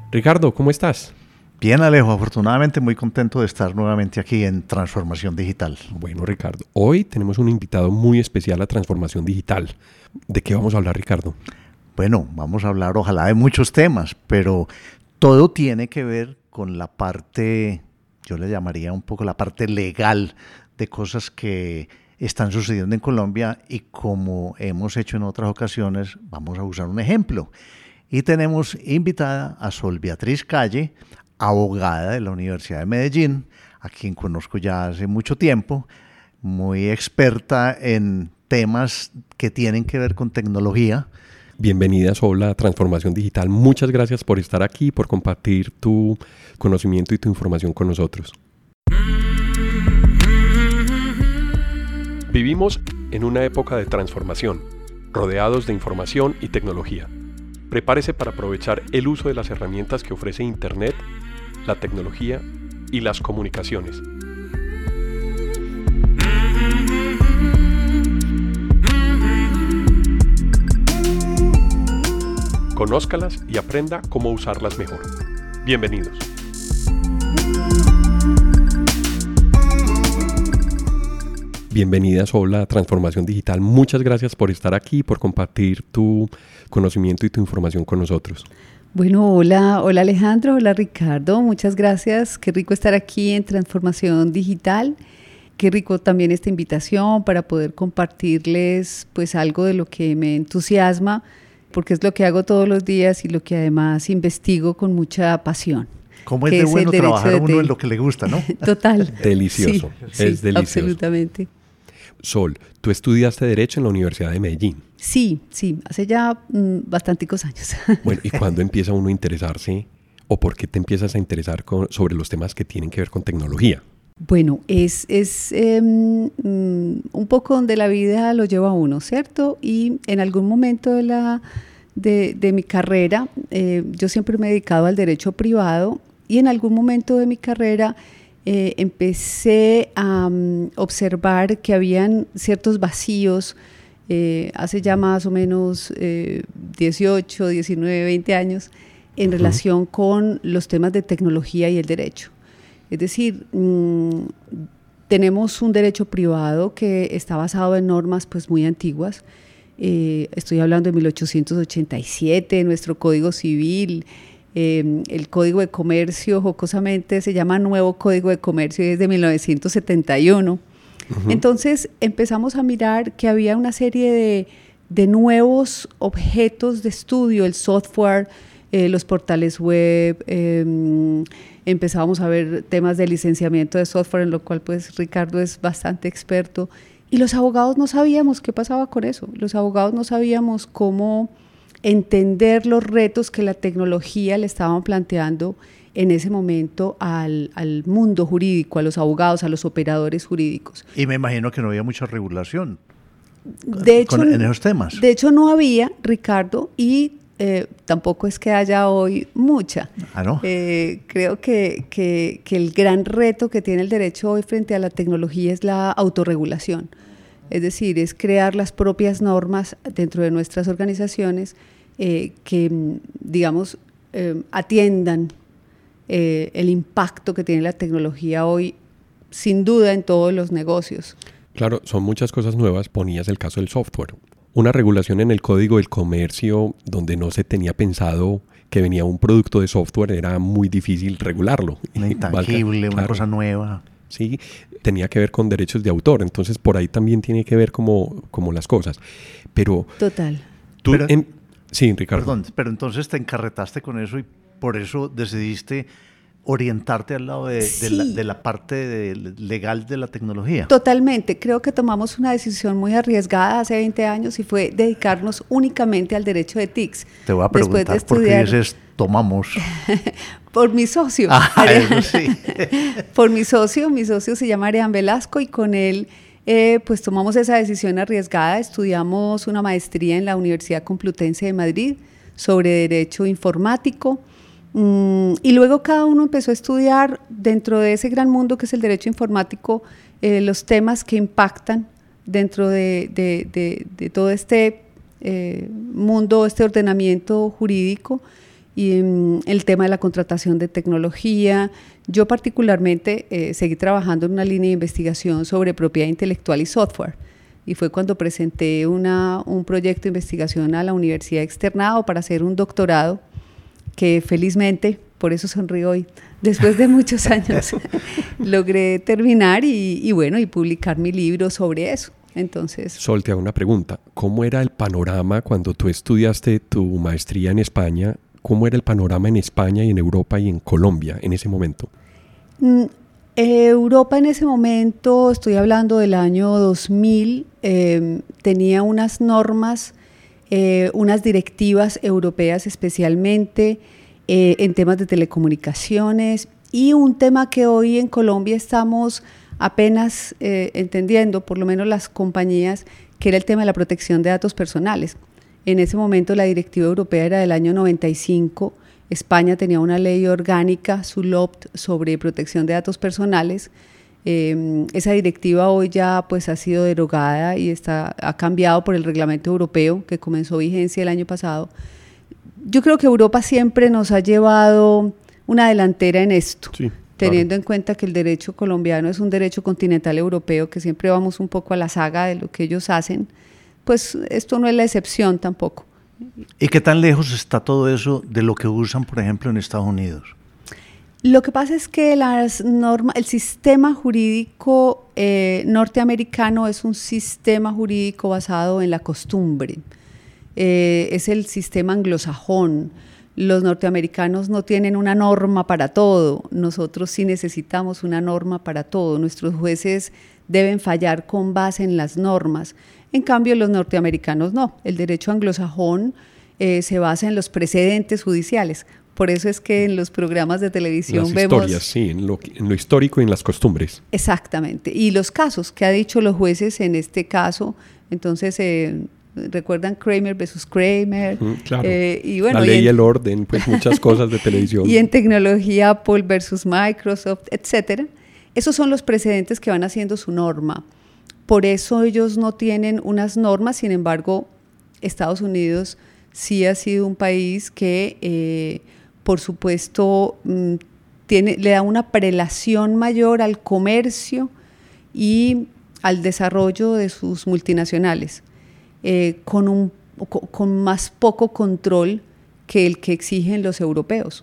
Ricardo, ¿cómo estás? Bien, Alejo, afortunadamente muy contento de estar nuevamente aquí en Transformación Digital. Bueno, Ricardo, hoy tenemos un invitado muy especial a Transformación Digital. ¿De qué vamos a hablar, Ricardo? Bueno, vamos a hablar ojalá de muchos temas, pero todo tiene que ver con la parte, yo le llamaría un poco la parte legal de cosas que están sucediendo en Colombia y como hemos hecho en otras ocasiones, vamos a usar un ejemplo. Y tenemos invitada a Sol Beatriz Calle, abogada de la Universidad de Medellín, a quien conozco ya hace mucho tiempo, muy experta en temas que tienen que ver con tecnología. Bienvenida, Sol, a Transformación Digital. Muchas gracias por estar aquí, por compartir tu conocimiento y tu información con nosotros. Vivimos en una época de transformación, rodeados de información y tecnología. Prepárese para aprovechar el uso de las herramientas que ofrece Internet, la tecnología y las comunicaciones. Conózcalas y aprenda cómo usarlas mejor. Bienvenidos. Bienvenida, Sol, a Transformación Digital. Muchas gracias por estar aquí, por compartir tu conocimiento y tu información con nosotros. Bueno, hola Alejandro, hola Ricardo, muchas gracias. Qué rico estar aquí en Transformación Digital. Qué rico también esta invitación para poder compartirles pues algo de lo que me entusiasma, porque es lo que hago todos los días y lo que además investigo con mucha pasión. ¿Cómo es de bueno trabajar uno en lo que le gusta, no? Total. Delicioso, sí, es delicioso. Absolutamente. Sol, tú estudiaste Derecho en la Universidad de Medellín. Sí, hace ya bastanticos años. Bueno, ¿y cuándo empieza uno a interesarse o por qué te empiezas a interesar sobre los temas que tienen que ver con tecnología? Bueno, es un poco donde la vida lo lleva a uno, ¿cierto? Y en algún momento de mi carrera, yo siempre me he dedicado al derecho privado y en algún momento de mi carrera empecé a observar que habían ciertos vacíos hace ya más o menos 18, 19, 20 años en relación con los temas de tecnología y el derecho. Es decir, tenemos un derecho privado que está basado en normas pues, muy antiguas. Estoy hablando de 1887, nuestro Código Civil, el Código de Comercio, jocosamente se llama Nuevo Código de Comercio y es de 1971. Entonces empezamos a mirar que había una serie de nuevos objetos de estudio, el software, los portales web, empezábamos a ver temas de licenciamiento de software, en lo cual pues Ricardo es bastante experto, y los abogados no sabíamos qué pasaba con eso, los abogados no sabíamos cómo entender los retos que la tecnología le estaban planteando en ese momento al mundo jurídico, a los abogados, a los operadores jurídicos. Y me imagino que no había mucha regulación en esos temas. De hecho, no había, Ricardo, y tampoco es que haya hoy mucha. ¿No? Creo que el gran reto que tiene el derecho hoy frente a la tecnología es la autorregulación. Es decir, es crear las propias normas dentro de nuestras organizaciones que, digamos, atiendan el impacto que tiene la tecnología hoy, sin duda, en todos los negocios. Claro, son muchas cosas nuevas. Ponías el caso del software. Una regulación en el Código del Comercio donde no se tenía pensado que venía un producto de software, era muy difícil regularlo. Intangible, una cosa nueva. Sí, tenía que ver con derechos de autor, entonces por ahí también tiene que ver como las cosas. Pero total. Sí, Ricardo. Perdón, pero entonces te encarretaste con eso y por eso decidiste orientarte al lado de la parte legal de la tecnología. Totalmente. Creo que tomamos una decisión muy arriesgada hace 20 años y fue dedicarnos únicamente al derecho de TICS. Te voy a preguntar por qué dices tomamos. Por mi socio. Eso sí. Por mi socio se llama Arián Velasco y con él pues tomamos esa decisión arriesgada. Estudiamos una maestría en la Universidad Complutense de Madrid sobre Derecho Informático. Y luego cada uno empezó a estudiar dentro de ese gran mundo que es el derecho informático los temas que impactan dentro de todo este mundo, este ordenamiento jurídico, y el tema de la contratación de tecnología. Yo particularmente seguí trabajando en una línea de investigación sobre propiedad intelectual y software, y fue cuando presenté un proyecto de investigación a la universidad externado para hacer un doctorado que felizmente, por eso sonrío hoy, después de muchos años logré terminar y publicar mi libro sobre eso. Entonces, Sol, te hago una pregunta. ¿Cómo era el panorama cuando tú estudiaste tu maestría en España? ¿Cómo era el panorama en España y en Europa y en Colombia en ese momento? Europa en ese momento, estoy hablando del año 2000, tenía unas normas, unas directivas europeas especialmente en temas de telecomunicaciones, y un tema que hoy en Colombia estamos apenas entendiendo, por lo menos las compañías, que era el tema de la protección de datos personales. En ese momento la directiva europea era del año 95, España tenía una ley orgánica, su LOPT, sobre protección de datos personales. Esa directiva hoy ya pues ha sido derogada y ha cambiado por el reglamento europeo que comenzó vigencia el año pasado. Yo creo que Europa siempre nos ha llevado una delantera en esto. Sí. Teniendo en cuenta que el derecho colombiano es un derecho continental europeo, que siempre vamos un poco a la saga de lo que ellos hacen, pues esto no es la excepción tampoco. ¿Y qué tan lejos está todo eso de lo que usan, por ejemplo, en Estados Unidos? Lo que pasa es que el sistema jurídico norteamericano es un sistema jurídico basado en la costumbre. Es el sistema anglosajón. Los norteamericanos no tienen una norma para todo, nosotros sí necesitamos una norma para todo, nuestros jueces deben fallar con base en las normas, en cambio los norteamericanos no, el derecho anglosajón se basa en los precedentes judiciales, por eso es que en los programas de televisión las vemos… historias, sí, en lo histórico y en las costumbres. Exactamente, y los casos que ha dicho los jueces en este caso, entonces… ¿recuerdan Kramer versus Kramer? Claro, la ley y el orden, pues muchas cosas de televisión. Y en tecnología Apple versus Microsoft, etcétera. Esos son los precedentes que van haciendo su norma. Por eso ellos no tienen unas normas, sin embargo, Estados Unidos sí ha sido un país que, por supuesto, le da una prelación mayor al comercio y al desarrollo de sus multinacionales. Con más poco control que el que exigen los europeos.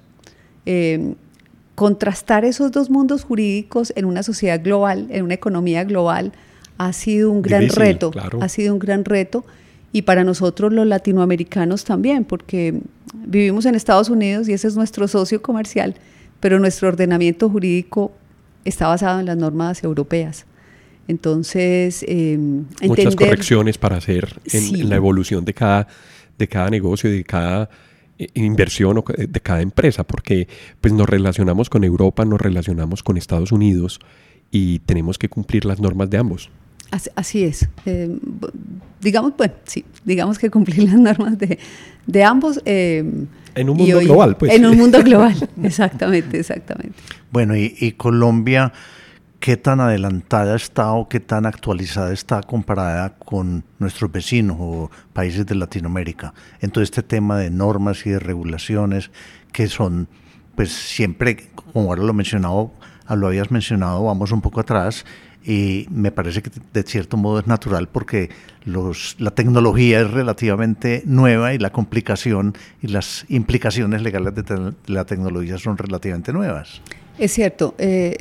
Contrastar esos dos mundos jurídicos en una sociedad global, en una economía global, ha sido un gran reto. Claro. Ha sido un gran reto, y para nosotros los latinoamericanos también, porque vivimos en Estados Unidos y ese es nuestro socio comercial, pero nuestro ordenamiento jurídico está basado en las normas europeas. Entonces, muchas correcciones para hacer en la evolución de cada negocio, de cada inversión o de cada empresa, porque pues nos relacionamos con Europa, nos relacionamos con Estados Unidos y tenemos que cumplir las normas de ambos. Así es. Digamos que cumplir las normas de ambos. En un mundo global, pues. En un mundo global, exactamente. Bueno, y Colombia, ¿qué tan adelantada está o qué tan actualizada está comparada con nuestros vecinos o países de Latinoamérica en todo este tema de normas y de regulaciones que son, pues siempre, como ahora lo habías mencionado, vamos un poco atrás, y me parece que de cierto modo es natural porque la tecnología es relativamente nueva y la complicación y las implicaciones legales de la tecnología son relativamente nuevas? Es cierto,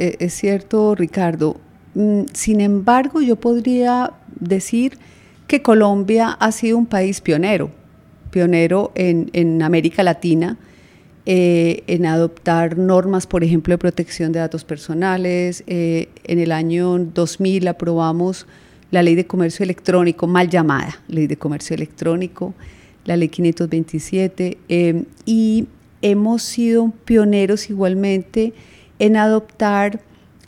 Ricardo. Sin embargo, yo podría decir que Colombia ha sido un país pionero en América Latina, en adoptar normas, por ejemplo, de protección de datos personales. En el año 2000 aprobamos la Ley de Comercio Electrónico, mal llamada Ley de Comercio Electrónico, la Ley 527, y hemos sido pioneros igualmente en adoptar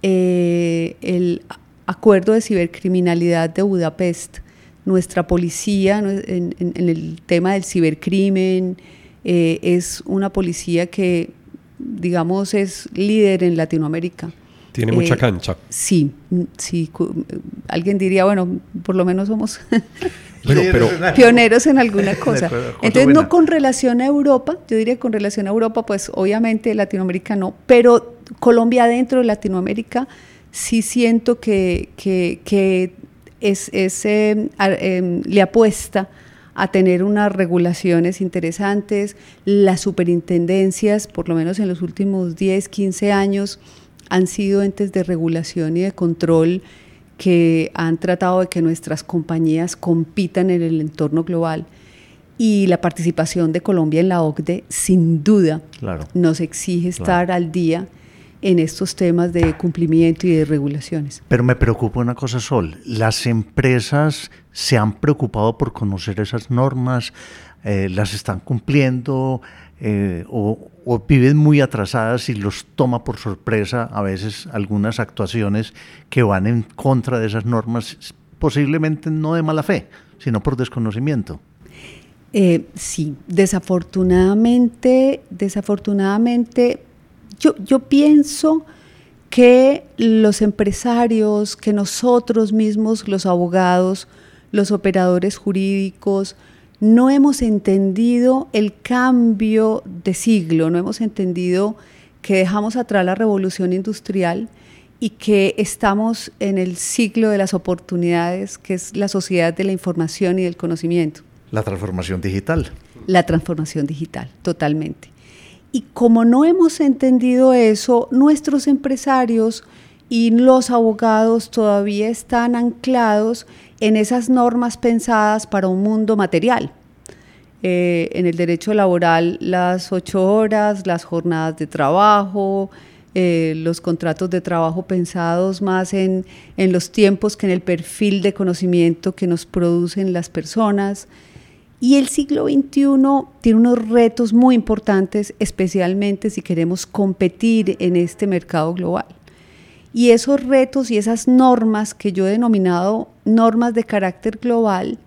el Acuerdo de Cibercriminalidad de Budapest. Nuestra policía en el tema del cibercrimen es una policía que, digamos, es líder en Latinoamérica. Tiene mucha cancha. Sí. Alguien diría, bueno, por lo menos somos Bueno, pero pioneros en alguna cosa. Entonces, no con relación a Europa, yo diría que con relación a Europa, pues obviamente Latinoamérica no, pero Colombia dentro de Latinoamérica sí siento que le apuesta a tener unas regulaciones interesantes. Las superintendencias, por lo menos en los últimos 10, 15 años, han sido entes de regulación y de control que han tratado de que nuestras compañías compitan en el entorno global. Y la participación de Colombia en la OCDE, sin duda, nos exige estar al día en estos temas de cumplimiento y de regulaciones. Pero me preocupa una cosa, Sol. ¿Las empresas se han preocupado por conocer esas normas? ¿Las están cumpliendo? O viven muy atrasadas y los toma por sorpresa a veces algunas actuaciones que van en contra de esas normas, posiblemente no de mala fe, sino por desconocimiento? Sí, desafortunadamente, yo pienso que los empresarios, que nosotros mismos, los abogados, los operadores jurídicos, no hemos entendido el cambio de siglo, no hemos entendido que dejamos atrás la revolución industrial y que estamos en el siglo de las oportunidades, que es la sociedad de la información y del conocimiento. La transformación digital. La transformación digital, totalmente. Y como no hemos entendido eso, nuestros empresarios y los abogados todavía están anclados en esas normas pensadas para un mundo material. En el derecho laboral, las 8 horas, las jornadas de trabajo, los contratos de trabajo pensados más en los tiempos que en el perfil de conocimiento que nos producen las personas. Y el siglo XXI tiene unos retos muy importantes, especialmente si queremos competir en este mercado global. Y esos retos y esas normas que yo he denominado normas de carácter global,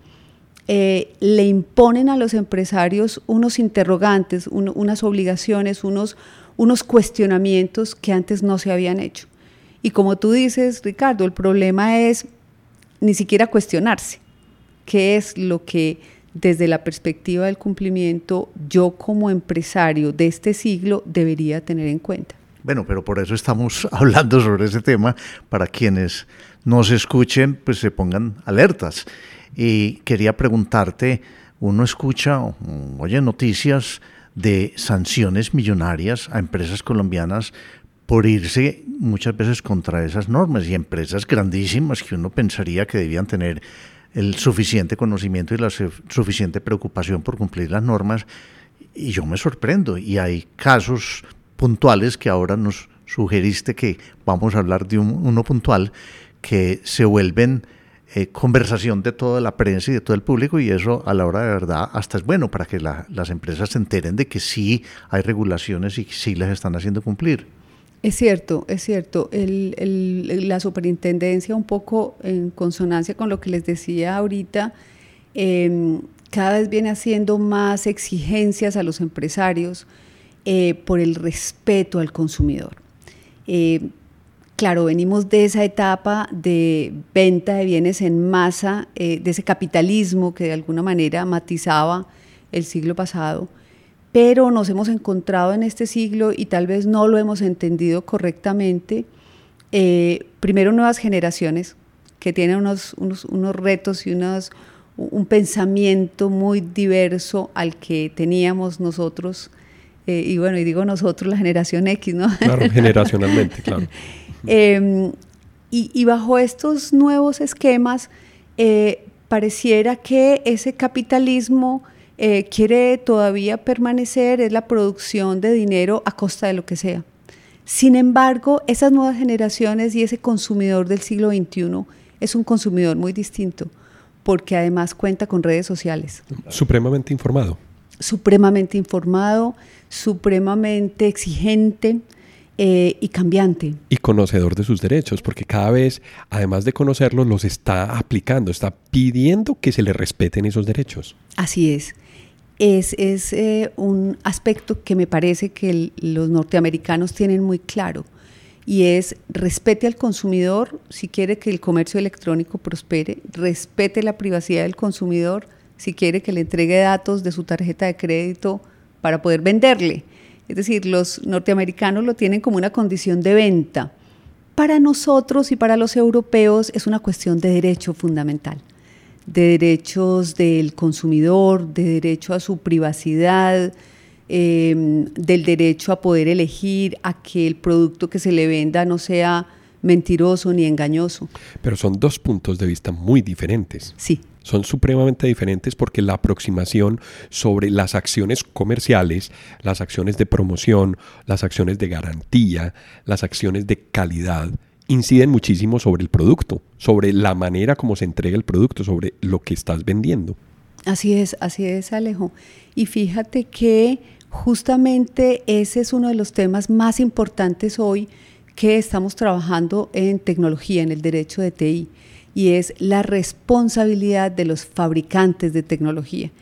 le imponen a los empresarios unos interrogantes, unas obligaciones, unos cuestionamientos que antes no se habían hecho. Y como tú dices, Ricardo, el problema es ni siquiera cuestionarse qué es lo que desde la perspectiva del cumplimiento yo como empresario de este siglo debería tener en cuenta. Bueno, pero por eso estamos hablando sobre ese tema, para quienes nos escuchen, pues se pongan alertas. Y quería preguntarte, uno escucha, oye noticias de sanciones millonarias a empresas colombianas por irse muchas veces contra esas normas, y empresas grandísimas que uno pensaría que debían tener el suficiente conocimiento y la suficiente preocupación por cumplir las normas, y yo me sorprendo. Y hay casos puntuales que ahora nos sugeriste que vamos a hablar de uno puntual, que se vuelven conversación de toda la prensa y de todo el público, y eso a la hora de verdad hasta es bueno para que las empresas se enteren de que sí hay regulaciones y sí las están haciendo cumplir. Es cierto. La superintendencia, un poco en consonancia con lo que les decía ahorita, cada vez viene haciendo más exigencias a los empresarios por el respeto al consumidor. Claro, venimos de esa etapa de venta de bienes en masa, de ese capitalismo que de alguna manera matizaba el siglo pasado, pero nos hemos encontrado en este siglo y tal vez no lo hemos entendido correctamente. Primero, nuevas generaciones que tienen unos retos y un pensamiento muy diverso al que teníamos nosotros, y bueno, y digo nosotros, la generación X, ¿no? Claro, generacionalmente, claro. Y bajo estos nuevos esquemas, pareciera que ese capitalismo quiere todavía permanecer, es la producción de dinero a costa de lo que sea. Sin embargo, esas nuevas generaciones y ese consumidor del siglo XXI es un consumidor muy distinto, porque además cuenta con redes sociales. Supremamente informado, supremamente exigente y cambiante. Y conocedor de sus derechos, porque cada vez, además de conocerlos, los está aplicando, está pidiendo que se le respeten esos derechos. Así es. Es un aspecto que me parece que los norteamericanos tienen muy claro, y es respete al consumidor si quiere que el comercio electrónico prospere, respete la privacidad del consumidor si quiere que le entregue datos de su tarjeta de crédito para poder venderle. Es decir, los norteamericanos lo tienen como una condición de venta. Para nosotros y para los europeos es una cuestión de derecho fundamental, de derechos del consumidor, de derecho a su privacidad, del derecho a poder elegir a que el producto que se le venda no sea mentiroso ni engañoso. Pero son dos puntos de vista muy diferentes. Sí. Son supremamente diferentes porque la aproximación sobre las acciones comerciales, las acciones de promoción, las acciones de garantía, las acciones de calidad, inciden muchísimo sobre el producto, sobre la manera como se entrega el producto, sobre lo que estás vendiendo. Así es, Alejo. Y fíjate que justamente ese es uno de los temas más importantes hoy que estamos trabajando en tecnología, en el derecho de TI, y es la responsabilidad de los fabricantes de tecnología.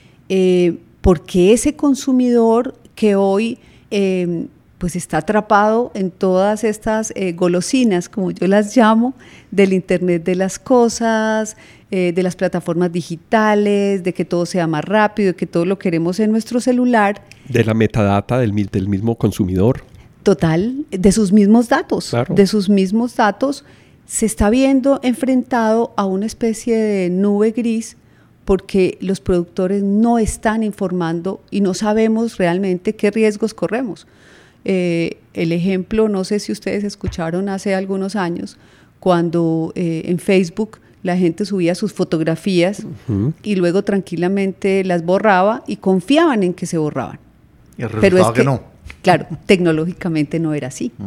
Porque ese consumidor que hoy pues está atrapado en todas estas golosinas, como yo las llamo, del Internet de las cosas, de las plataformas digitales, de que todo sea más rápido, de que todo lo queremos en nuestro celular. De la metadata del mismo consumidor. Total, de sus mismos datos, claro. De sus mismos datos, se está viendo enfrentado a una especie de nube gris porque los productores no están informando y no sabemos realmente qué riesgos corremos. El ejemplo, no sé si ustedes escucharon hace algunos años, cuando en Facebook la gente subía sus fotografías y luego tranquilamente las borraba y confiaban en que se borraban. Y el resultado que no. Claro, tecnológicamente no era así.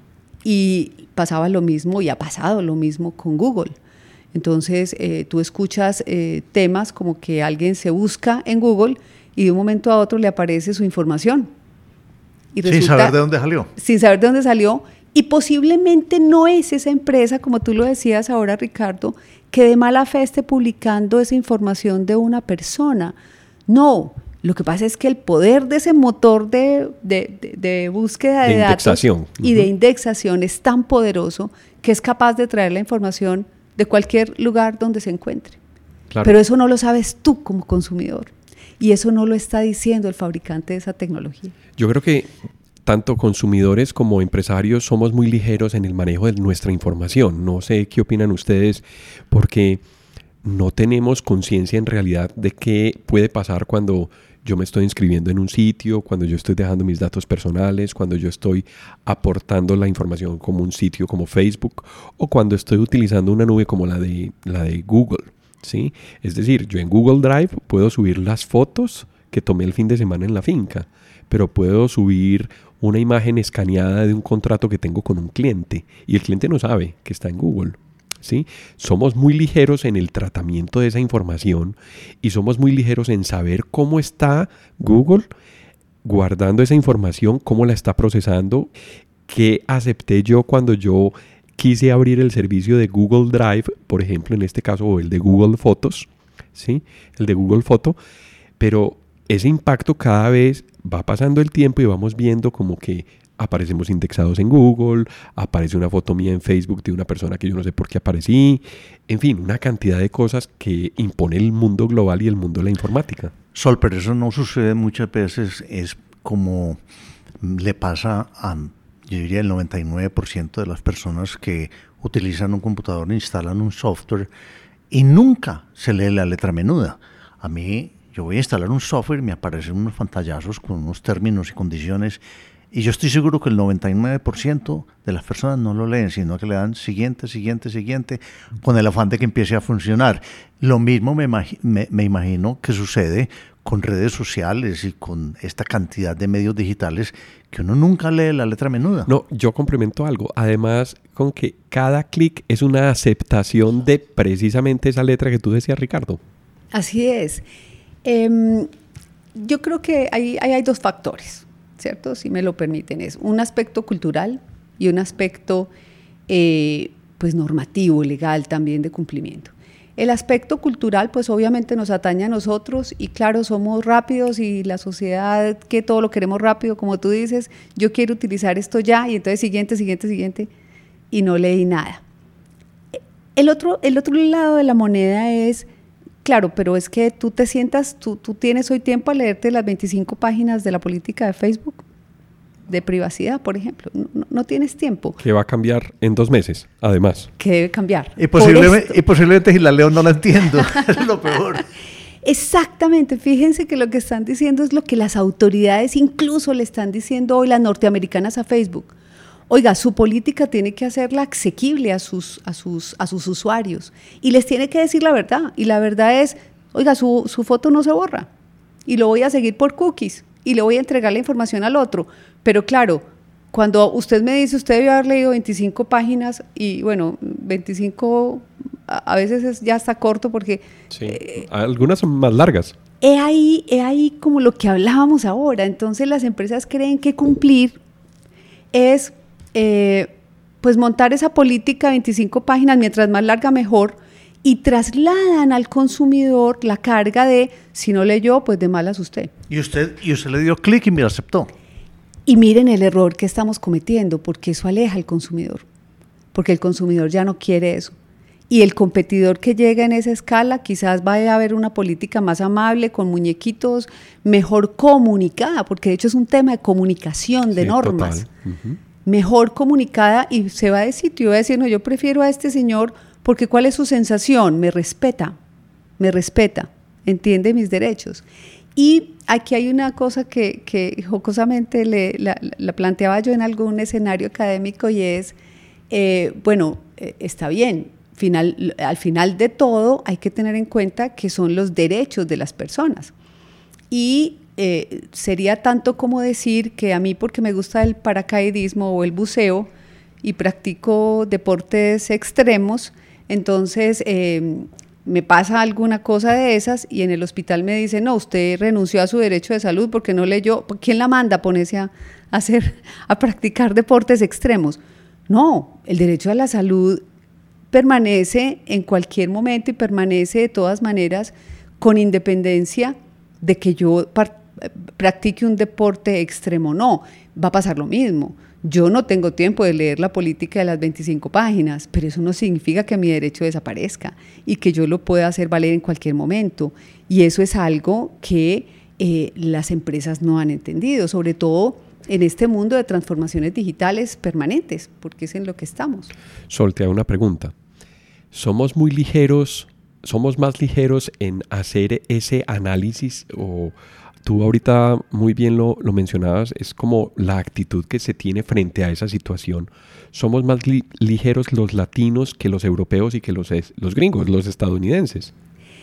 Y pasaba lo mismo y ha pasado lo mismo con Google. Entonces, tú escuchas temas como que alguien se busca en Google y de un momento a otro le aparece su información. Y sin saber de dónde salió. Sin saber de dónde salió. Y posiblemente no es esa empresa, como tú lo decías ahora, Ricardo, que de mala fe esté publicando esa información de una persona. No, lo que pasa es que el poder de ese motor de búsqueda de datos y de indexación es tan poderoso que es capaz de traer la información de cualquier lugar donde se encuentre. Claro. Pero eso no lo sabes tú como consumidor y eso no lo está diciendo el fabricante de esa tecnología. Yo creo que tanto consumidores como empresarios somos muy ligeros en el manejo de nuestra información. No sé qué opinan ustedes, porque no tenemos conciencia en realidad de qué puede pasar cuando yo me estoy inscribiendo en un sitio, cuando yo estoy dejando mis datos personales, cuando yo estoy aportando la información como un sitio como Facebook o cuando estoy utilizando una nube como la de Google, ¿sí? Es decir, yo en Google Drive puedo subir las fotos que tomé el fin de semana en la finca, pero puedo subir una imagen escaneada de un contrato que tengo con un cliente y el cliente no sabe que está en Google. ¿Sí? Somos muy ligeros en el tratamiento de esa información y somos muy ligeros en saber cómo está Google guardando esa información, cómo la está procesando, qué acepté yo cuando yo quise abrir el servicio de Google Drive, por ejemplo, en este caso, o el de Google Fotos, ¿sí? El de Google Foto, pero ese impacto cada vez va pasando el tiempo y vamos viendo como que aparecemos indexados en Google, aparece una foto mía en Facebook de una persona que yo no sé por qué aparecí, en fin, una cantidad de cosas que impone el mundo global y el mundo de la informática. Sol, pero eso no sucede muchas veces, es como le pasa a, yo diría, el 99% de las personas que utilizan un computador e instalan un software y nunca se lee la letra menuda. A mí, yo voy a instalar un software y me aparecen unos pantallazos con unos términos y condiciones. Y yo estoy seguro que el 99% de las personas no lo leen, sino que le dan siguiente, con el afán de que empiece a funcionar. Lo mismo me imagino que sucede con redes sociales y con esta cantidad de medios digitales que uno nunca lee la letra menuda. No, yo complemento algo. Además, con que cada clic es una aceptación de precisamente esa letra que tú decías, Ricardo. Así es. Yo creo que hay dos factores, ¿cierto? Si me lo permiten, es un aspecto cultural y un aspecto pues normativo, legal también de cumplimiento. El aspecto cultural, pues obviamente nos atañe a nosotros y claro, somos rápidos y la sociedad que todo lo queremos rápido, como tú dices, yo quiero utilizar esto ya y entonces siguiente y no leí nada. El otro lado de la moneda es, claro, pero es que tú te sientas, tú tienes hoy tiempo a leerte las 25 páginas de la política de Facebook, de privacidad, por ejemplo. No tienes tiempo. Que va a cambiar en 2 meses, además. Que debe cambiar. Y posiblemente si la leo no la entiendo, es lo peor. Exactamente, fíjense que lo que están diciendo es lo que las autoridades incluso le están diciendo hoy las norteamericanas a Facebook. Oiga, su política tiene que hacerla asequible a sus usuarios y les tiene que decir la verdad. Y la verdad es, oiga, su foto no se borra y lo voy a seguir por cookies y le voy a entregar la información al otro. Pero claro, cuando usted me dice, usted debió haber leído 25 páginas y bueno, 25 a veces ya está corto porque... Sí, algunas son más largas. He ahí como lo que hablábamos ahora. Entonces las empresas creen que cumplir es pues montar esa política de 25 páginas, mientras más larga mejor, y trasladan al consumidor la carga de, si no leyó, pues de malas usted. Y usted le dio clic y me aceptó. Y miren el error que estamos cometiendo, porque eso aleja al consumidor, porque el consumidor ya no quiere eso. Y el competidor que llega en esa escala quizás vaya a haber una política más amable, con muñequitos, mejor comunicada, porque de hecho es un tema de comunicación, de normas. Uh-huh. Mejor comunicada y se va de sitio y va a decir, no, yo prefiero a este señor porque ¿cuál es su sensación? Me respeta, entiende mis derechos. Y aquí hay una cosa que jocosamente la planteaba yo en algún escenario académico y es, está bien, al final de todo hay que tener en cuenta que son los derechos de las personas. Y sería tanto como decir que a mí, porque me gusta el paracaidismo o el buceo y practico deportes extremos, entonces me pasa alguna cosa de esas y en el hospital me dicen, no, usted renunció a su derecho de salud porque no leyó. ¿Quién la manda a ponerse a practicar deportes extremos? No, el derecho a la salud permanece en cualquier momento y permanece de todas maneras con independencia de que yo practique un deporte extremo. No, va a pasar lo mismo. Yo no tengo tiempo de leer la política de las 25 páginas, pero eso no significa que mi derecho desaparezca y que yo lo pueda hacer valer en cualquier momento. Y eso es algo que las empresas no han entendido, sobre todo en este mundo de transformaciones digitales permanentes, porque es en lo que estamos. Sol, te hago una pregunta. ¿Somos más ligeros en hacer ese análisis o... Tú ahorita muy bien lo mencionabas, es como la actitud que se tiene frente a esa situación. ¿Somos más ligeros los latinos que los europeos y que los gringos, los estadounidenses?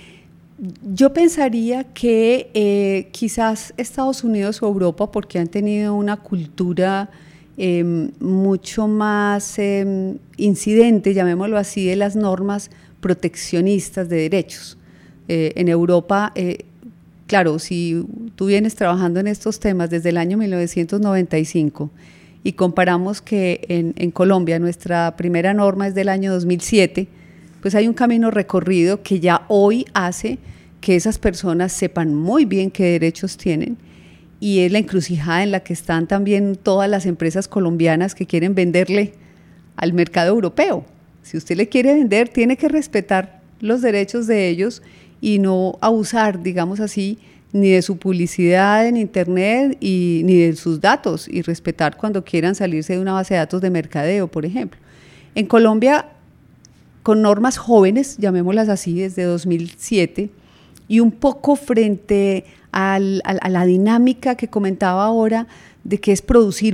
Yo pensaría que quizás Estados Unidos o Europa, porque han tenido una cultura mucho más incidente, llamémoslo así, de las normas proteccionistas de derechos. En Europa... Claro, si tú vienes trabajando en estos temas desde el año 1995 y comparamos que en Colombia nuestra primera norma es del año 2007, pues hay un camino recorrido que ya hoy hace que esas personas sepan muy bien qué derechos tienen y es la encrucijada en la que están también todas las empresas colombianas que quieren venderle al mercado europeo. Si usted le quiere vender, tiene que respetar los derechos de ellos y no abusar, digamos así, ni de su publicidad en internet ni de sus datos y respetar cuando quieran salirse de una base de datos de mercadeo, por ejemplo. En Colombia, con normas jóvenes, llamémoslas así, desde 2007, y un poco frente a la dinámica que comentaba ahora de que es producir,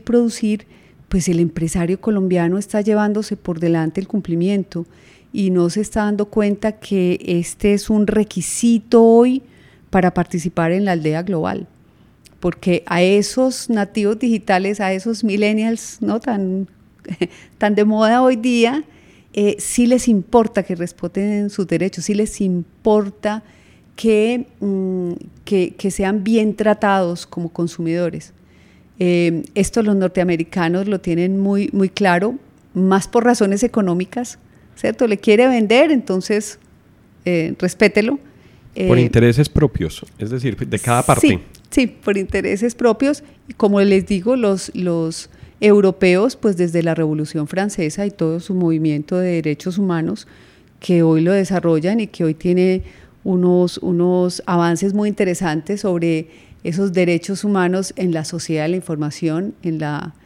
pues el empresario colombiano está llevándose por delante el cumplimiento y no se está dando cuenta que este es un requisito hoy para participar en la aldea global, porque a esos nativos digitales, a esos millennials, ¿no? tan de moda hoy día, sí les importa que respeten sus derechos, sí les importa que sean bien tratados como consumidores. Esto los norteamericanos lo tienen muy, muy claro, más por razones económicas, ¿cierto? Le quiere vender, entonces respételo. Por intereses propios, es decir, de cada parte. Sí, por intereses propios. Como les digo, los europeos, pues desde la Revolución Francesa y todo su movimiento de derechos humanos, que hoy lo desarrollan y que hoy tiene unos avances muy interesantes sobre esos derechos humanos en la sociedad de la información, en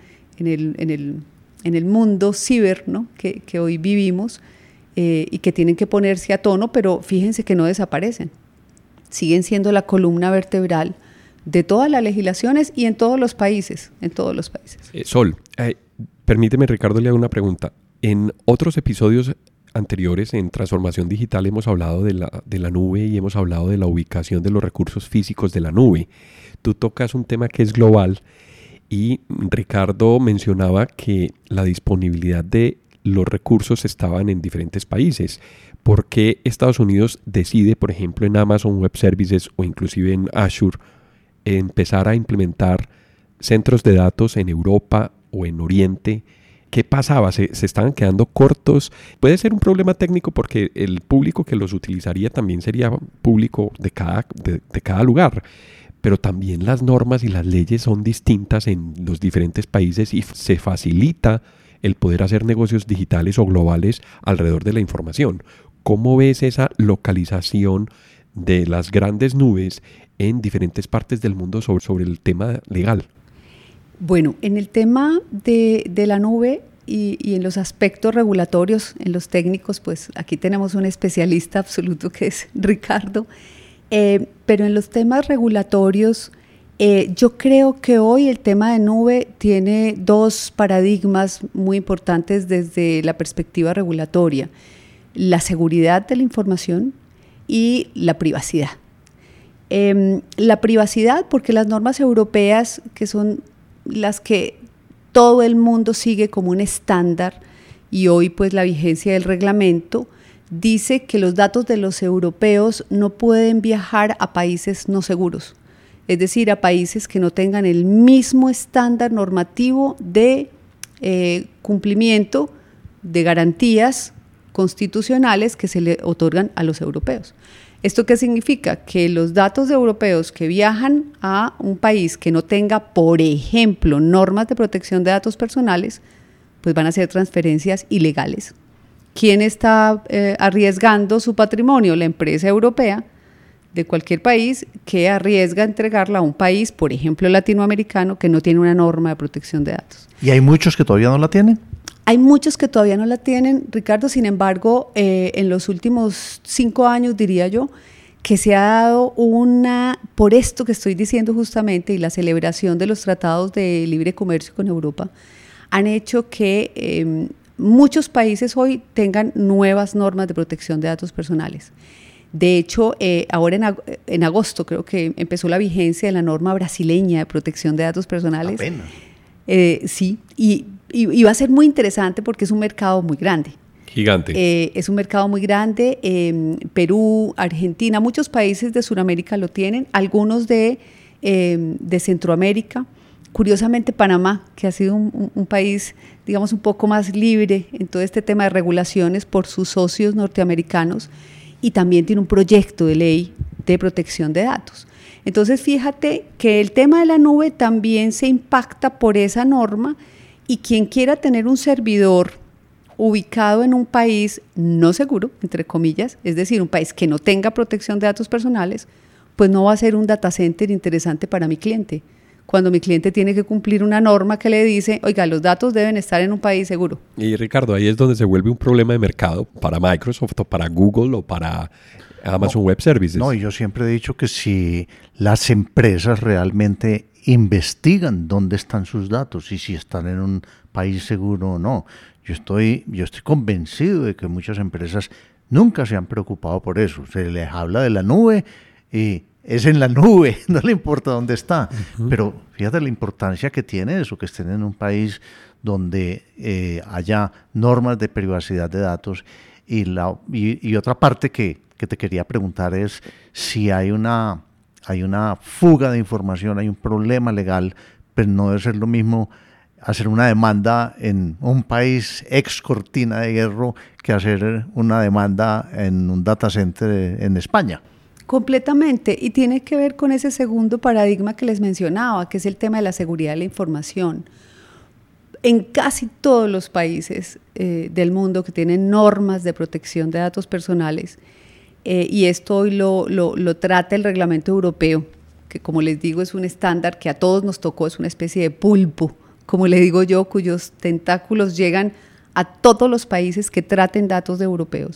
el mundo ciber, ¿no? que hoy vivimos, y que tienen que ponerse a tono, pero fíjense que no desaparecen. Siguen siendo la columna vertebral de todas las legislaciones y en todos los países. Sol, permíteme, Ricardo, le hago una pregunta. En otros episodios anteriores en Transformación Digital hemos hablado de la nube y hemos hablado de la ubicación de los recursos físicos de la nube. Tú tocas un tema que es global y Ricardo mencionaba que la disponibilidad de los recursos estaban en diferentes países. ¿Por qué Estados Unidos decide, por ejemplo, en Amazon Web Services o inclusive en Azure, empezar a implementar centros de datos en Europa o en Oriente? ¿Qué pasaba? ¿Se estaban quedando cortos? Puede ser un problema técnico porque el público que los utilizaría también sería público de cada lugar, pero también las normas y las leyes son distintas en los diferentes países y se facilita el poder hacer negocios digitales o globales alrededor de la información. ¿Cómo ves esa localización de las grandes nubes en diferentes partes del mundo sobre el tema legal? Bueno, en el tema de la nube y en los aspectos regulatorios, en los técnicos, pues aquí tenemos un especialista absoluto que es Ricardo, pero en los temas regulatorios, yo creo que hoy el tema de nube tiene dos paradigmas muy importantes desde la perspectiva regulatoria: la seguridad de la información y la privacidad. La privacidad, porque las normas europeas, que son las que todo el mundo sigue como un estándar, y hoy pues la vigencia del reglamento dice que los datos de los europeos no pueden viajar a países no seguros, es decir, a países que no tengan el mismo estándar normativo de cumplimiento de garantías constitucionales que se le otorgan a los europeos. ¿Esto qué significa? Que los datos de europeos que viajan a un país que no tenga, por ejemplo, normas de protección de datos personales, pues van a ser transferencias ilegales. ¿Quién está arriesgando su patrimonio? La empresa europea de cualquier país que arriesga entregarla a un país, por ejemplo, latinoamericano, que no tiene una norma de protección de datos. ¿Y hay muchos que todavía no la tienen? Hay muchos que todavía no la tienen, Ricardo. Sin embargo, en los últimos 5 años, diría yo, que se ha dado por esto que estoy diciendo justamente, y la celebración de los tratados de libre comercio con Europa, han hecho que muchos países hoy tengan nuevas normas de protección de datos personales. De hecho, ahora en agosto creo que empezó la vigencia de la norma brasileña de protección de datos personales. Apenas. Sí, y va a ser muy interesante porque es un mercado muy grande. Gigante. Es un mercado muy grande. Perú, Argentina, muchos países de Sudamérica lo tienen, algunos de Centroamérica. Curiosamente, Panamá, que ha sido un país, digamos, un poco más libre en todo este tema de regulaciones por sus socios norteamericanos, y también tiene un proyecto de ley de protección de datos. Entonces, fíjate que el tema de la nube también se impacta por esa norma, y quien quiera tener un servidor ubicado en un país no seguro, entre comillas, es decir, un país que no tenga protección de datos personales, pues no va a ser un data center interesante para mi cliente, cuando mi cliente tiene que cumplir una norma que le dice, oiga, los datos deben estar en un país seguro. Y Ricardo, ahí es donde se vuelve un problema de mercado para Microsoft o para Google o para Amazon Web Services. No, y yo siempre he dicho que si las empresas realmente investigan dónde están sus datos y si están en un país seguro o no. Yo estoy convencido de que muchas empresas nunca se han preocupado por eso. Se les habla de la nube y es en la nube, no le importa dónde está. Uh-huh. Pero fíjate la importancia que tiene eso, que estén en un país donde haya normas de privacidad de datos. Y otra parte que te quería preguntar es si hay una fuga de información, hay un problema legal, pero no debe ser lo mismo hacer una demanda en un país ex cortina de hierro que hacer una demanda en un data center en España. Completamente, y tiene que ver con ese segundo paradigma que les mencionaba, que es el tema de la seguridad de la información. En casi todos los países del mundo que tienen normas de protección de datos personales, y esto hoy lo trata el reglamento europeo, que como les digo es un estándar que a todos nos tocó, es una especie de pulpo, como le digo yo, cuyos tentáculos llegan a todos los países que traten datos de europeos.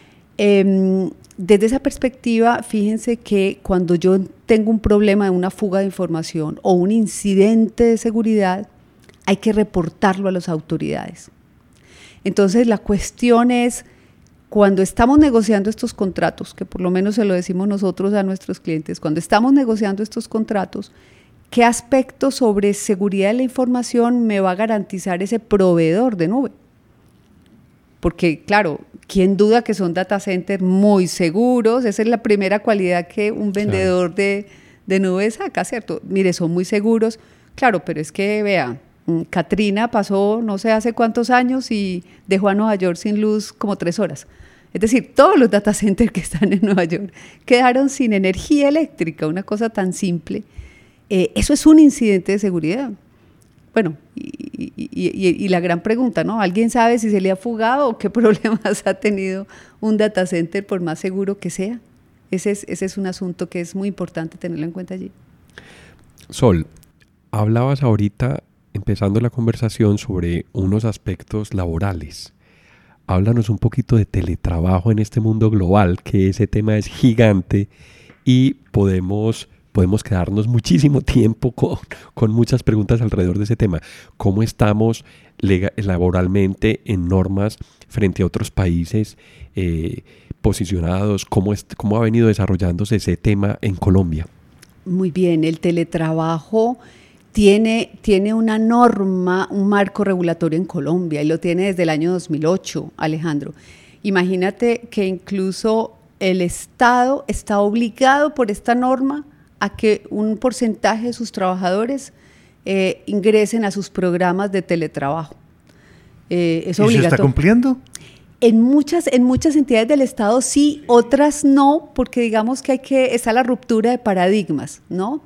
Desde esa perspectiva, fíjense que cuando yo tengo un problema de una fuga de información o un incidente de seguridad, hay que reportarlo a las autoridades. Entonces, la cuestión es, cuando estamos negociando estos contratos, que por lo menos se lo decimos nosotros a nuestros clientes, cuando estamos negociando estos contratos, ¿qué aspecto sobre seguridad de la información me va a garantizar ese proveedor de nube? Porque, claro, ¿quién duda que son data centers muy seguros? Esa es la primera cualidad que un vendedor de nube saca, ¿cierto? Mire, son muy seguros. Claro, pero es que, vea, Katrina pasó no sé hace cuántos años y dejó a Nueva York sin luz como 3 horas. Es decir, todos los data centers que están en Nueva York quedaron sin energía eléctrica, una cosa tan simple. Eso es un incidente de seguridad. Bueno, y la gran pregunta, ¿no? ¿Alguien sabe si se le ha fugado o qué problemas ha tenido un data center por más seguro que sea? Ese es un asunto que es muy importante tenerlo en cuenta allí. Sol, hablabas ahorita, empezando la conversación, sobre unos aspectos laborales. Háblanos un poquito de teletrabajo en este mundo global, que ese tema es gigante y podemos quedarnos muchísimo tiempo con muchas preguntas alrededor de ese tema. ¿Cómo estamos laboralmente en normas frente a otros países posicionados? ¿Cómo ha venido desarrollándose ese tema en Colombia? Muy bien, el teletrabajo tiene una norma, un marco regulatorio en Colombia y lo tiene desde el año 2008, Alejandro. Imagínate que incluso el Estado está obligado por esta norma a que un porcentaje de sus trabajadores ingresen a sus programas de teletrabajo. Es obligatorio. ¿Y se está cumpliendo? En muchas entidades del Estado sí, otras no, porque digamos que está la ruptura de paradigmas, ¿no?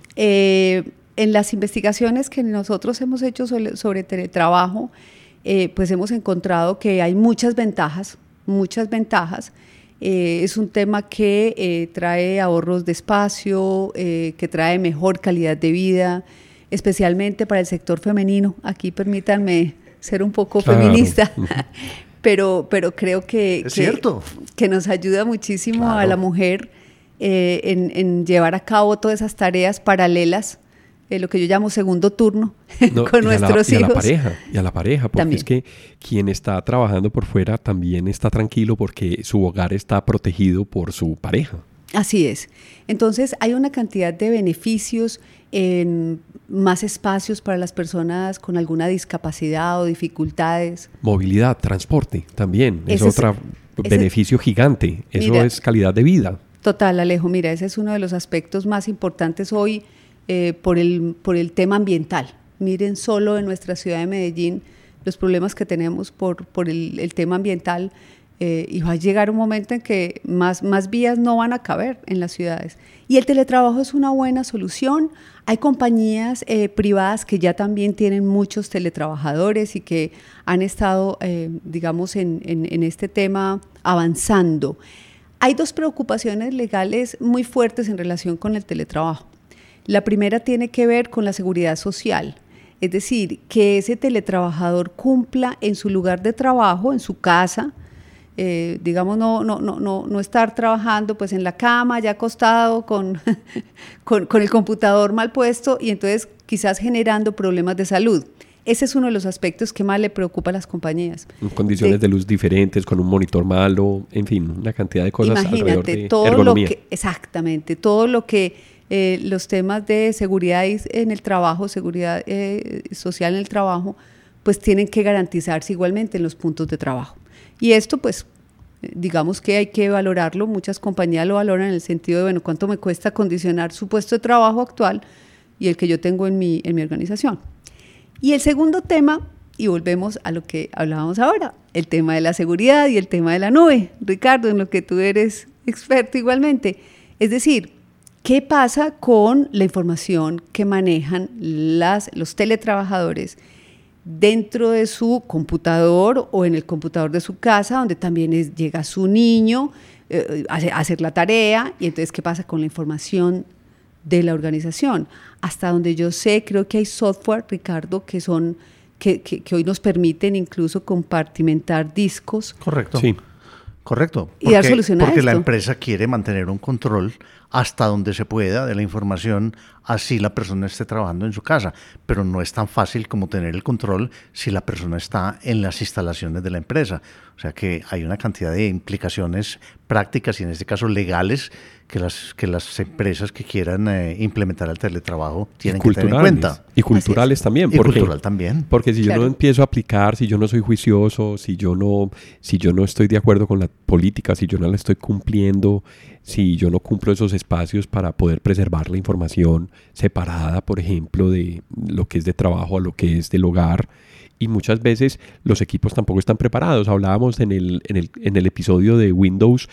En las investigaciones que nosotros hemos hecho sobre teletrabajo, pues hemos encontrado que hay muchas ventajas. Es un tema que trae ahorros de espacio, que trae mejor calidad de vida, especialmente para el sector femenino. Aquí permítanme ser un poco feminista, pero creo que nos ayuda muchísimo a la mujer en llevar a cabo todas esas tareas paralelas, lo que yo llamo segundo turno con nuestros hijos. Y a la pareja, porque también. Es que quien está trabajando por fuera también está tranquilo porque su hogar está protegido por su pareja. Así es. Entonces hay una cantidad de beneficios, más espacios para las personas con alguna discapacidad o dificultades. Movilidad, transporte también, es otro beneficio gigante. Eso es calidad de vida. Total, Alejo, mira, ese es uno de los aspectos más importantes hoy por el tema ambiental. Miren solo en nuestra ciudad de Medellín los problemas que tenemos por el tema ambiental, y va a llegar un momento en que más vías no van a caber en las ciudades. Y el teletrabajo es una buena solución. Hay compañías privadas que ya también tienen muchos teletrabajadores y que han estado, digamos, en este tema avanzando. Hay 2 preocupaciones legales muy fuertes en relación con el teletrabajo. La primera tiene que ver con la seguridad social, es decir, que ese teletrabajador cumpla en su lugar de trabajo, en su casa, digamos, no estar trabajando pues en la cama, ya acostado con el computador mal puesto y entonces quizás generando problemas de salud. Ese es uno de los aspectos que más le preocupa a las compañías. En condiciones de luz diferentes, con un monitor malo, en fin, una cantidad de cosas alrededor de ergonomía. Exactamente, todo lo que los temas de seguridad en el trabajo, seguridad social en el trabajo, pues tienen que garantizarse igualmente en los puntos de trabajo. Y esto, pues, digamos que hay que valorarlo. Muchas compañías lo valoran en el sentido de, bueno, ¿cuánto me cuesta condicionar su puesto de trabajo actual y el que yo tengo en mi organización? Y el segundo tema, y volvemos a lo que hablábamos ahora, el tema de la seguridad y el tema de la nube. Ricardo, en lo que tú eres experto igualmente. Es decir, ¿qué pasa con la información que manejan los teletrabajadores dentro de su computador o en el computador de su casa, donde también llega su niño a hacer la tarea? Y entonces, ¿qué pasa con la información de la organización? Hasta donde yo sé, creo que hay software, Ricardo, que hoy nos permiten incluso compartimentar discos. Correcto. Sí. Correcto. Y dar solución a porque esto. La empresa quiere mantener un control hasta donde se pueda de la información, así la persona esté trabajando en su casa. Pero no es tan fácil como tener el control si la persona está en las instalaciones de la empresa. O sea que hay una cantidad de implicaciones prácticas y en este caso legales que las empresas que quieran implementar el teletrabajo tienen que tener en cuenta. Y culturales también. Y cultural también. Porque si Claro. yo no empiezo a aplicar, si yo no soy juicioso, si yo no estoy de acuerdo con la política, si yo no la estoy cumpliendo, si yo no cumplo esos espacios para poder preservar la información separada, por ejemplo, de lo que es de trabajo a lo que es del hogar. Y muchas veces los equipos tampoco están preparados. Hablábamos en el episodio de Windows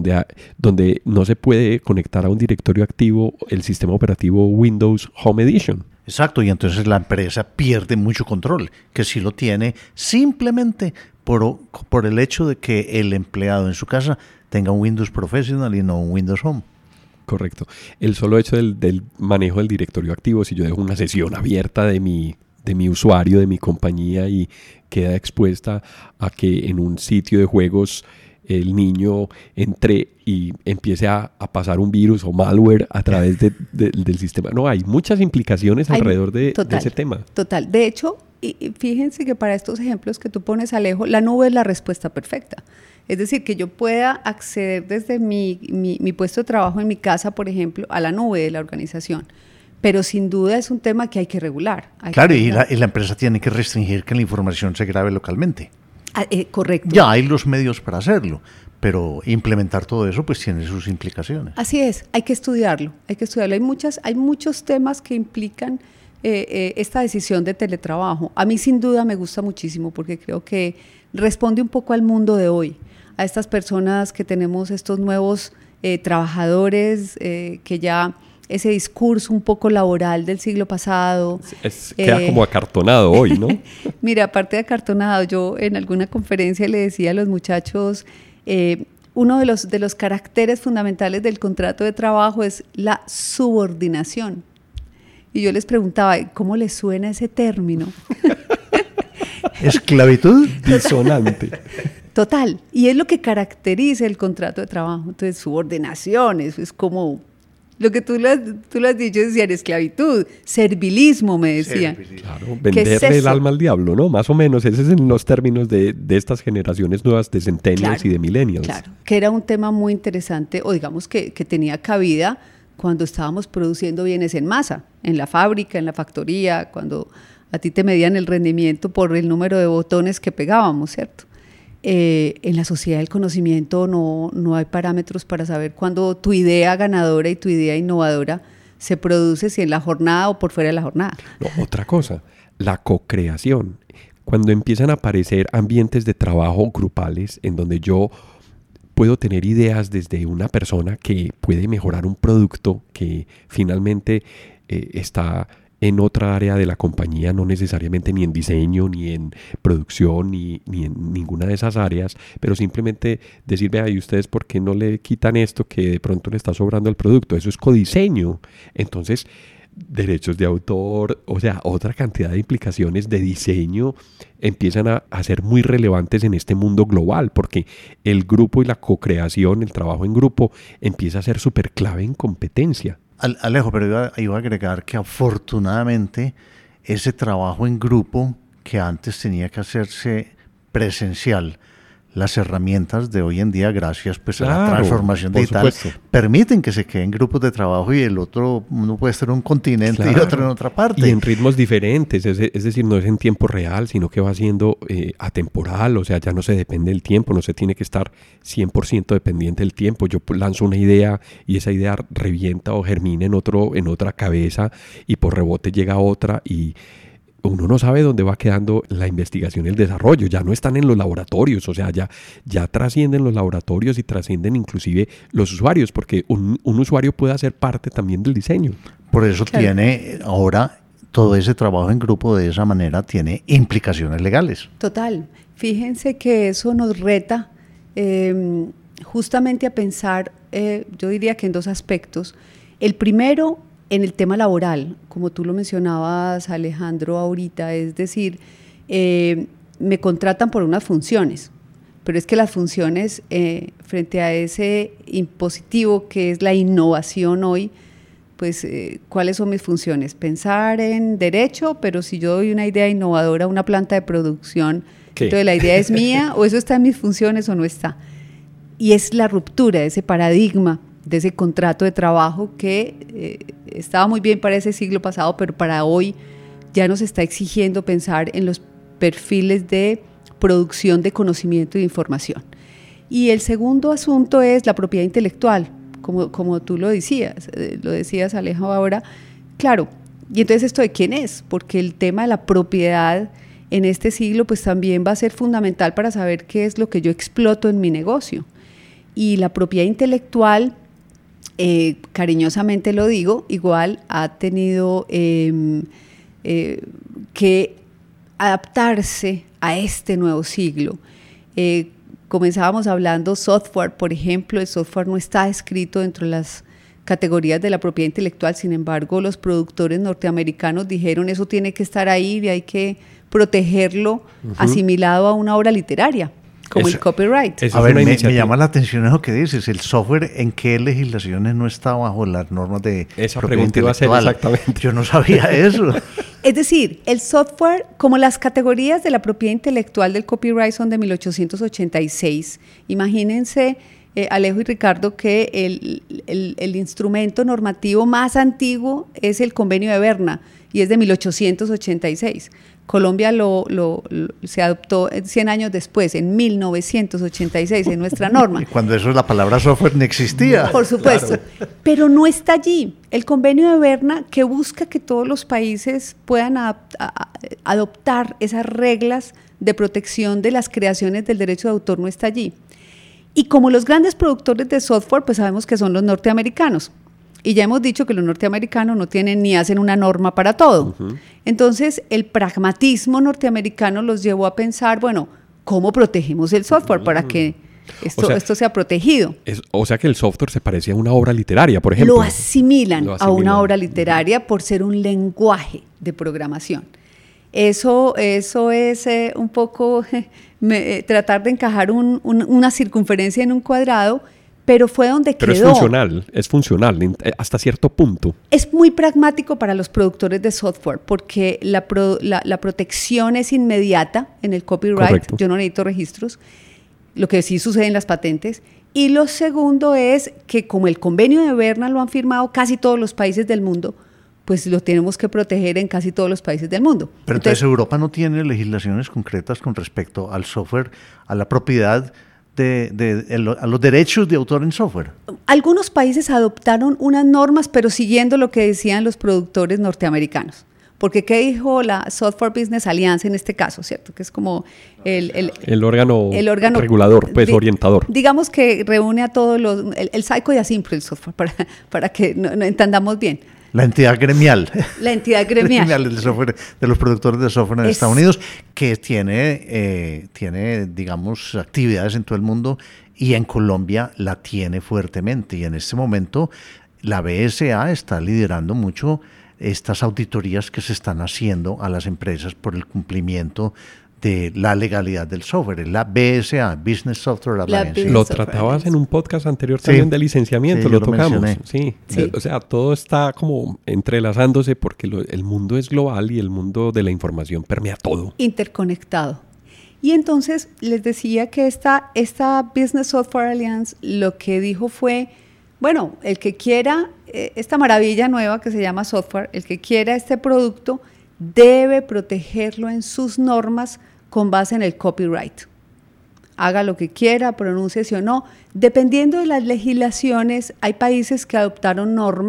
donde no se puede conectar a un directorio activo el sistema operativo Windows Home Edition. Exacto, y entonces la empresa pierde mucho control, que sí lo tiene simplemente por el hecho de que el empleado en su casa tenga un Windows Professional y no un Windows Home. Correcto. El solo hecho del manejo del directorio activo, si yo dejo una sesión abierta de mi usuario, de mi compañía, y queda expuesta a que en un sitio de juegos el niño entre y empiece a pasar un virus o malware a través del sistema. No, hay muchas implicaciones alrededor de ese tema. Total. De hecho, y fíjense que para estos ejemplos que tú pones, Alejo, la nube es la respuesta perfecta. Es decir, que yo pueda acceder desde mi puesto de trabajo en mi casa, por ejemplo, a la nube de la organización. Pero sin duda es un tema que hay que regular. Claro, y la empresa tiene que restringir que la información se grabe localmente. Correcto. Ya hay los medios para hacerlo, pero implementar todo eso pues tiene sus implicaciones. Así es, hay que estudiarlo. Hay muchos temas que implican esta decisión de teletrabajo. A mí sin duda me gusta muchísimo porque creo que responde un poco al mundo de hoy, a estas personas que tenemos estos nuevos trabajadores que ya ese discurso un poco laboral del siglo pasado. Queda como acartonado hoy, ¿no? Mira, aparte de acartonado, yo en alguna conferencia le decía a los muchachos, uno de los caracteres fundamentales del contrato de trabajo es la subordinación. Y yo les preguntaba, ¿cómo les suena ese término? ¿Esclavitud? Disonante. Total, y es lo que caracteriza el contrato de trabajo. Entonces, subordinación, eso es como lo que tú lo has dicho, decían esclavitud, servilismo, me decían. Claro, venderle el alma al diablo, ¿no? Más o menos, esos son los términos de estas generaciones nuevas de centennials y de millennials. Claro, que era un tema muy interesante, o digamos que tenía cabida cuando estábamos produciendo bienes en masa, en la fábrica, en la factoría, cuando a ti te medían el rendimiento por el número de botones que pegábamos, ¿cierto? En la sociedad del conocimiento no hay parámetros para saber cuándo tu idea ganadora y tu idea innovadora se produce, si en la jornada o por fuera de la jornada. No, otra cosa, la co-creación. Cuando empiezan a aparecer ambientes de trabajo grupales en donde yo puedo tener ideas desde una persona que puede mejorar un producto que finalmente está en otra área de la compañía, no necesariamente ni en diseño, ni en producción, ni en ninguna de esas áreas, pero simplemente decir, vea, ¿y ustedes por qué no le quitan esto que de pronto le está sobrando al producto? Eso es codiseño. Entonces, derechos de autor, o sea, otra cantidad de implicaciones de diseño empiezan a ser muy relevantes en este mundo global, porque el grupo y la co-creación, el trabajo en grupo, empieza a ser súper clave en competencia. Alejo, pero iba a agregar que afortunadamente ese trabajo en grupo que antes tenía que hacerse presencial, las herramientas de hoy en día, gracias pues a la transformación digital, permiten que se queden grupos de trabajo y el otro, uno puede estar en un continente y otro en otra parte. Y en ritmos diferentes, es decir, no es en tiempo real, sino que va siendo atemporal, o sea, ya no se depende del tiempo, no se tiene que estar 100% dependiente del tiempo. Yo lanzo una idea y esa idea revienta o germina en otra cabeza y por rebote llega otra y uno no sabe dónde va quedando la investigación y el desarrollo. Ya no están en los laboratorios, o sea, ya trascienden los laboratorios y trascienden inclusive los usuarios, porque un usuario puede hacer parte también del diseño. Por eso tiene ahora todo ese trabajo en grupo, de esa manera tiene implicaciones legales. Total. Fíjense que eso nos reta justamente a pensar, yo diría que en dos aspectos. El primero, en el tema laboral, como tú lo mencionabas, Alejandro, ahorita, es decir, me contratan por unas funciones, pero es que las funciones, frente a ese impositivo que es la innovación hoy, pues, ¿cuáles son mis funciones? Pensar en derecho, pero si yo doy una idea innovadora a una planta de producción, ¿qué? Entonces la idea es mía, o eso está en mis funciones o no está. Y es la ruptura de ese paradigma, de ese contrato de trabajo que estaba muy bien para ese siglo pasado, pero para hoy ya nos está exigiendo pensar en los perfiles de producción de conocimiento y de información. Y el segundo asunto es la propiedad intelectual, como tú lo decías Alejo ahora, claro, y entonces esto de quién es, porque el tema de la propiedad en este siglo pues también va a ser fundamental para saber qué es lo que yo exploto en mi negocio. Y la propiedad intelectual, cariñosamente lo digo, igual ha tenido que adaptarse a este nuevo siglo. Comenzábamos hablando software, por ejemplo, el software no está escrito dentro de las categorías de la propiedad intelectual, sin embargo, los productores norteamericanos dijeron eso tiene que estar ahí y hay que protegerlo asimilado a una obra literaria, como el copyright. A ver, me llama la atención eso que dices, el software, ¿en qué legislaciones no está bajo las normas de esa propiedad pregunta iba a ser exactamente. Yo no sabía eso. Es decir, el software, como las categorías de la propiedad intelectual del copyright son de 1886, imagínense, Alejo y Ricardo, que el instrumento normativo más antiguo es el Convenio de Berna y es de 1886. Colombia se adoptó 100 años después, en 1986, en nuestra norma. Cuando eso, la palabra software no existía. Por supuesto, claro. Pero no está allí. El Convenio de Berna, que busca que todos los países puedan adoptar esas reglas de protección de las creaciones del derecho de autor, no está allí. Y como los grandes productores de software, pues sabemos que son los norteamericanos. Y ya hemos dicho que los norteamericanos no tienen ni hacen una norma para todo. Entonces, el pragmatismo norteamericano los llevó a pensar, bueno, ¿cómo protegemos el software para que esto sea protegido? O sea que el software se parecía a una obra literaria, por ejemplo. Lo asimilan a una obra literaria por ser un lenguaje de programación. Eso es un poco tratar de encajar una circunferencia en un cuadrado, pero fue donde quedó. Pero es funcional hasta cierto punto. Es muy pragmático para los productores de software porque la protección es inmediata en el copyright. Correcto. Yo no necesito registros, lo que sí sucede en las patentes. Y lo segundo es que como el Convenio de Berna lo han firmado casi todos los países del mundo, pues lo tenemos que proteger en casi todos los países del mundo. Pero entonces Europa no tiene legislaciones concretas con respecto al software, a la propiedad, a los derechos de autor en software. Algunos países adoptaron unas normas, pero siguiendo lo que decían los productores norteamericanos. Porque ¿qué dijo la Software Business Alliance en este caso, cierto? Que es como el órgano regulador, pues orientador. Digamos que reúne a todos el SAICO y ASIMPRO el software, para que no entendamos bien. La entidad gremial. La entidad gremial. Del software, de los productores de software en Estados Unidos, que tiene, digamos, actividades en todo el mundo y en Colombia la tiene fuertemente. Y en este momento la BSA está liderando mucho estas auditorías que se están haciendo a las empresas por el cumplimiento de la legalidad del software, la BSA, Business Software Alliance. Lo tratabas en un podcast anterior también de licenciamiento, lo tocamos. Sí. O sea, todo está como entrelazándose porque el mundo es global y el mundo de la información permea todo. Interconectado. Y entonces les decía que esta Business Software Alliance lo que dijo fue, bueno, el que quiera esta maravilla nueva que se llama software, el que quiera este producto debe protegerlo en sus normas con base en el copyright. Haga lo que quiera, pronúnciese o no. Dependiendo de las legislaciones, hay países que adoptaron normas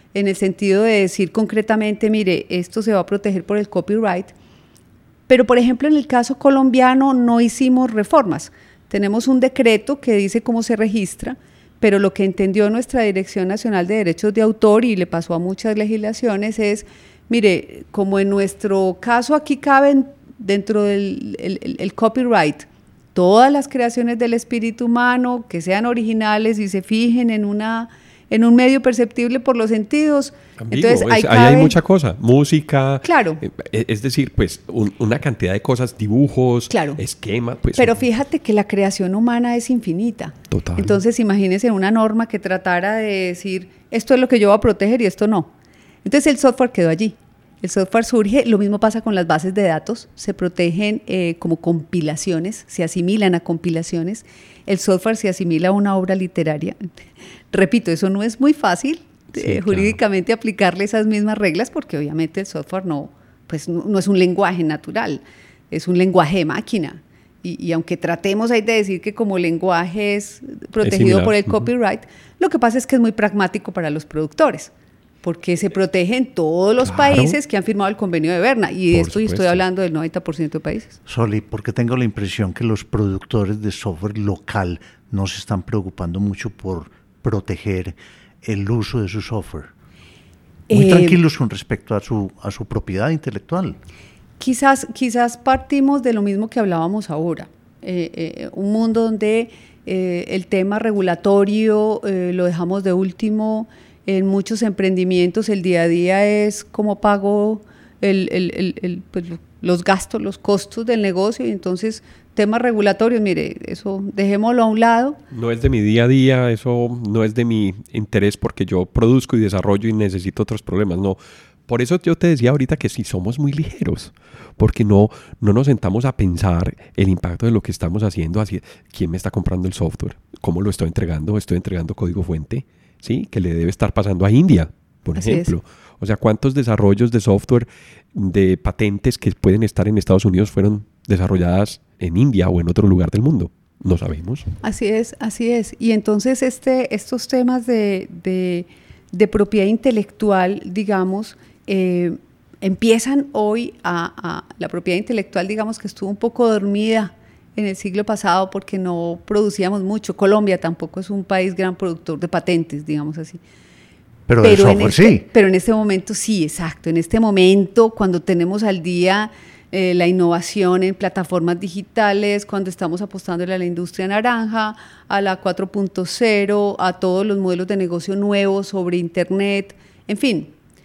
en el sentido de decir concretamente, mire, esto se va a proteger por el copyright. Pero, por ejemplo, en el caso colombiano no hicimos reformas. Tenemos un decreto que dice cómo se registra, pero lo que entendió nuestra Dirección Nacional de Derechos de Autor, y le pasó a muchas legislaciones, es, mire, como en nuestro caso aquí caben dentro del el copyright todas las creaciones del espíritu humano, que sean originales y se fijen en un medio perceptible por los sentidos. Amigo, entonces, ahí hay mucha cosa, música, claro. Es decir, pues una cantidad de cosas, dibujos, claro. esquemas. Pues, pero fíjate que la creación humana es infinita. Total. Entonces imagínense una norma que tratara de decir, esto es lo que yo voy a proteger y esto no. Entonces el software quedó allí. El software surge, lo mismo pasa con las bases de datos, se protegen como compilaciones, se asimilan a compilaciones, el software se asimila a una obra literaria. Repito, eso no es muy fácil jurídicamente aplicarle esas mismas reglas, porque obviamente el software no es un lenguaje natural, es un lenguaje de máquina. Y aunque tratemos ahí de decir que como lenguaje es protegido por el copyright, lo que pasa es que es muy pragmático para los productores, porque se protege en todos los países que han firmado el convenio de Berna, y de esto estoy hablando del 90% de países. Soli, porque tengo la impresión que los productores de software local no se están preocupando mucho por proteger el uso de su software. Muy tranquilos con respecto a su propiedad intelectual. Quizás partimos de lo mismo que hablábamos ahora, un mundo donde el tema regulatorio lo dejamos de último. En muchos emprendimientos el día a día es cómo pago pues, los gastos, los costos del negocio, y entonces temas regulatorios, mire, eso dejémoslo a un lado. No es de mi día a día, eso no es de mi interés porque yo produzco y desarrollo y necesito otros problemas, no. Por eso yo te decía ahorita que sí somos muy ligeros, porque no nos sentamos a pensar el impacto de lo que estamos haciendo, así, quién me está comprando el software, cómo lo estoy entregando código fuente, ¿sí? Que le debe estar pasando a India, por ejemplo. O sea, ¿cuántos desarrollos de software, de patentes que pueden estar en Estados Unidos fueron desarrolladas en India o en otro lugar del mundo? No sabemos. Así es. Y entonces estos temas de propiedad intelectual, digamos, empiezan hoy la propiedad intelectual, digamos, que estuvo un poco dormida en el siglo pasado porque no producíamos mucho. Colombia tampoco es un país gran productor de patentes, digamos así. Pero de software sí. Pero en este momento sí, exacto. En este momento, cuando tenemos al día la innovación en plataformas digitales, cuando estamos apostándole a la industria naranja, a la 4.0, a todos los modelos de negocio nuevos sobre Internet, en fin.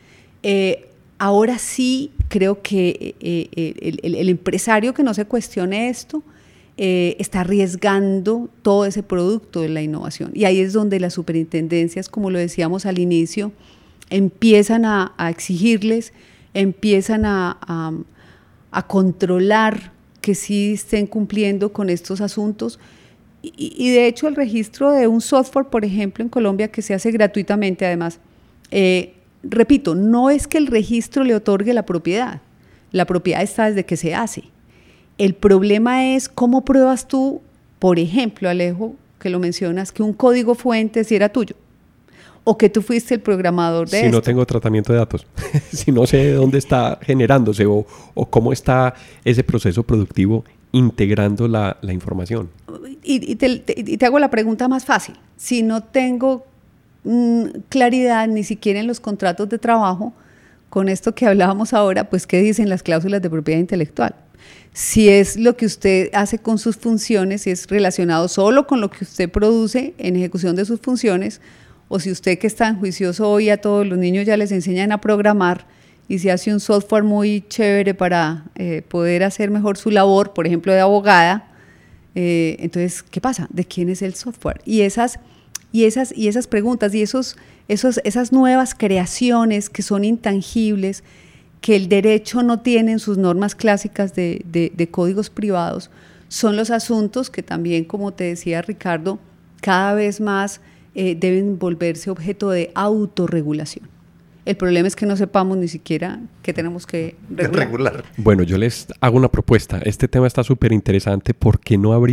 Ahora sí creo que el empresario que no se cuestione esto está arriesgando todo ese producto de la innovación. Y ahí es donde las superintendencias, como lo decíamos al inicio, empiezan a exigirles, empiezan a controlar que sí estén cumpliendo con estos asuntos. Y de hecho el registro de un software, por ejemplo, en Colombia, que se hace gratuitamente además, repito, no es que el registro le otorgue la propiedad está desde que se hace. El problema es cómo pruebas tú, por ejemplo, Alejo, que lo mencionas, que un código fuente sí era tuyo, o que tú fuiste el programador de esto. Si no tengo tratamiento de datos, si no sé dónde está generándose o cómo está ese proceso productivo integrando la información. Y te hago la pregunta más fácil. Si no tengo claridad ni siquiera en los contratos de trabajo, con esto que hablábamos ahora, pues ¿qué dicen las cláusulas de propiedad intelectual? Si es lo que usted hace con sus funciones, si es relacionado solo con lo que usted produce en ejecución de sus funciones, o si usted, que es tan juicioso hoy, a todos los niños ya les enseñan a programar y se hace un software muy chévere para poder hacer mejor su labor, por ejemplo, de abogada, entonces, ¿qué pasa? ¿De quién es el software? Y esas preguntas y esas nuevas creaciones que son intangibles, que el derecho no tiene en sus normas clásicas de códigos privados, son los asuntos que también, como te decía Ricardo, cada vez más deben volverse objeto de autorregulación. El problema es que no sepamos ni siquiera que tenemos que regular. Bueno, yo les hago una propuesta. Este tema está súper interesante. ¿Por qué no abrimos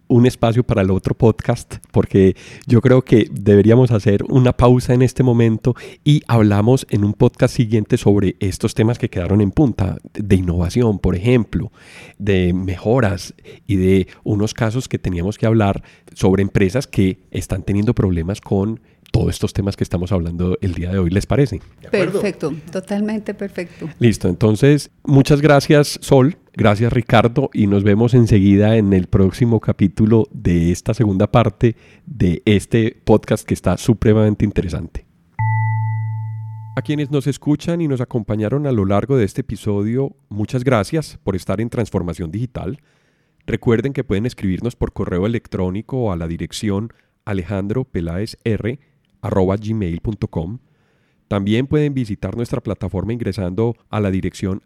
un espacio para el otro podcast, porque yo creo que deberíamos hacer una pausa en este momento y hablamos en un podcast siguiente sobre estos temas que quedaron en punta, de innovación, por ejemplo, de mejoras y de unos casos que teníamos que hablar sobre empresas que están teniendo problemas con todos estos temas que estamos hablando el día de hoy. ¿Les parece? Perfecto, totalmente perfecto. Listo, entonces muchas gracias, Sol, gracias, Ricardo, y nos vemos enseguida en el próximo capítulo de esta segunda parte de este podcast que está supremamente interesante. A quienes nos escuchan y nos acompañaron a lo largo de este episodio, muchas gracias por estar en Transformación Digital. Recuerden que pueden escribirnos por correo electrónico a la dirección alejandropelaesr@gmail.com. También pueden visitar nuestra plataforma ingresando a la dirección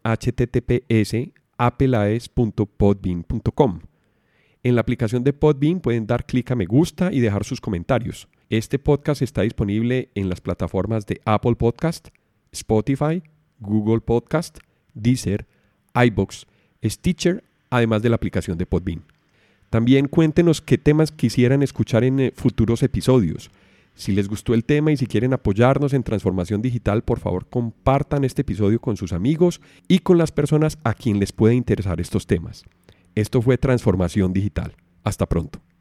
https://apelaes.podbean.com. En la aplicación de Podbean pueden dar clic a me gusta y dejar sus comentarios. Este podcast está disponible en las plataformas de Apple Podcast, Spotify, Google Podcast, Deezer, iVoox, Stitcher, además de la aplicación de Podbean. También cuéntenos qué temas quisieran escuchar en futuros episodios. Si les gustó el tema y si quieren apoyarnos en Transformación Digital, por favor compartan este episodio con sus amigos y con las personas a quien les puede interesar estos temas. Esto fue Transformación Digital. Hasta pronto.